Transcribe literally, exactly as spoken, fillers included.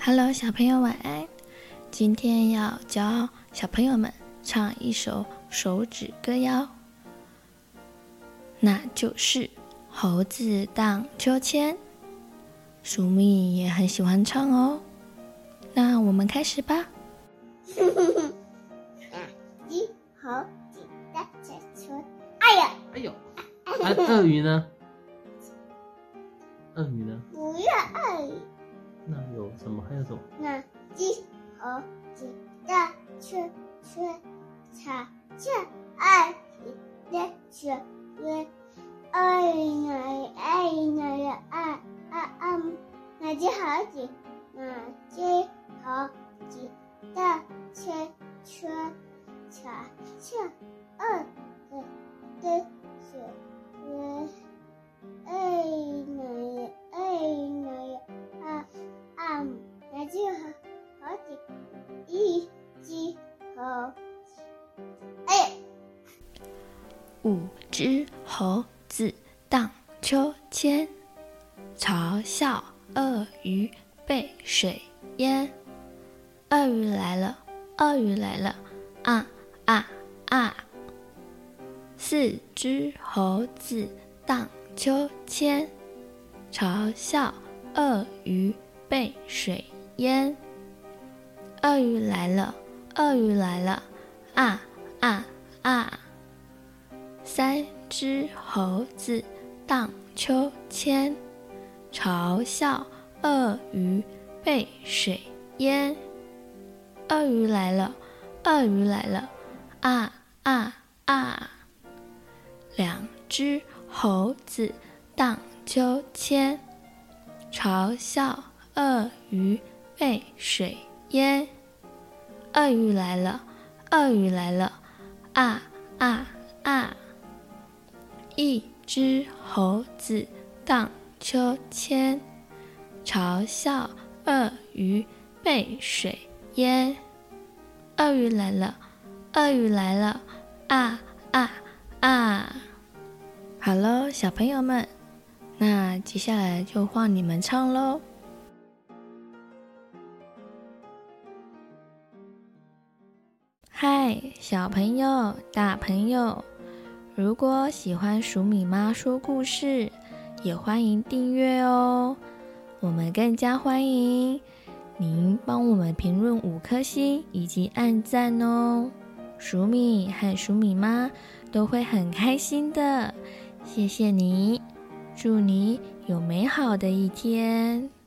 Hello， 小朋友晚安。今天要教小朋友们唱一首手指歌谣，那就是猴子荡秋千。鼠米也很喜欢唱哦。那我们开始吧。 一猴子荡秋千，哎呀， 哎呦，啊，鳄鱼呢？鳄鱼呢？ 不要鳄鱼。 那有什么？还有什么？ 那一猴子荡秋千，踩着鳄鱼的雪原，鳄鱼哪里？鳄鱼哪里？啊啊啊！那只猴子，那只猴子荡秋千，踩着鳄鱼的雪原，鳄鱼哪里？鳄鱼哪里？啊啊！那只猴子，一只猴子，哎。 五只猴子荡秋千，嘲笑鳄鱼被水淹。鳄鱼来了，鳄鱼来了，啊啊啊！四只猴子荡秋千，嘲笑鳄鱼被水淹。鳄鱼来了，鳄鱼来了，啊啊啊！三只猴子荡秋千，嘲笑鳄鱼被水淹。鳄鱼来了，鳄鱼来了，啊啊啊！两只猴子荡秋千，嘲笑鳄鱼被水淹。鳄鱼来了，鳄鱼来了，啊啊啊！一只猴子荡秋千，嘲笑鳄鱼被水淹。鳄鱼来了，鳄鱼来了，啊啊啊！好喽，小朋友们，那接下来就换你们唱喽。嗨，小朋友、大朋友，如果喜欢鼠米妈说故事，也欢迎订阅哦。我们更加欢迎您帮我们评论五颗星以及按赞哦。鼠米和鼠米妈都会很开心的，谢谢你，祝你有美好的一天。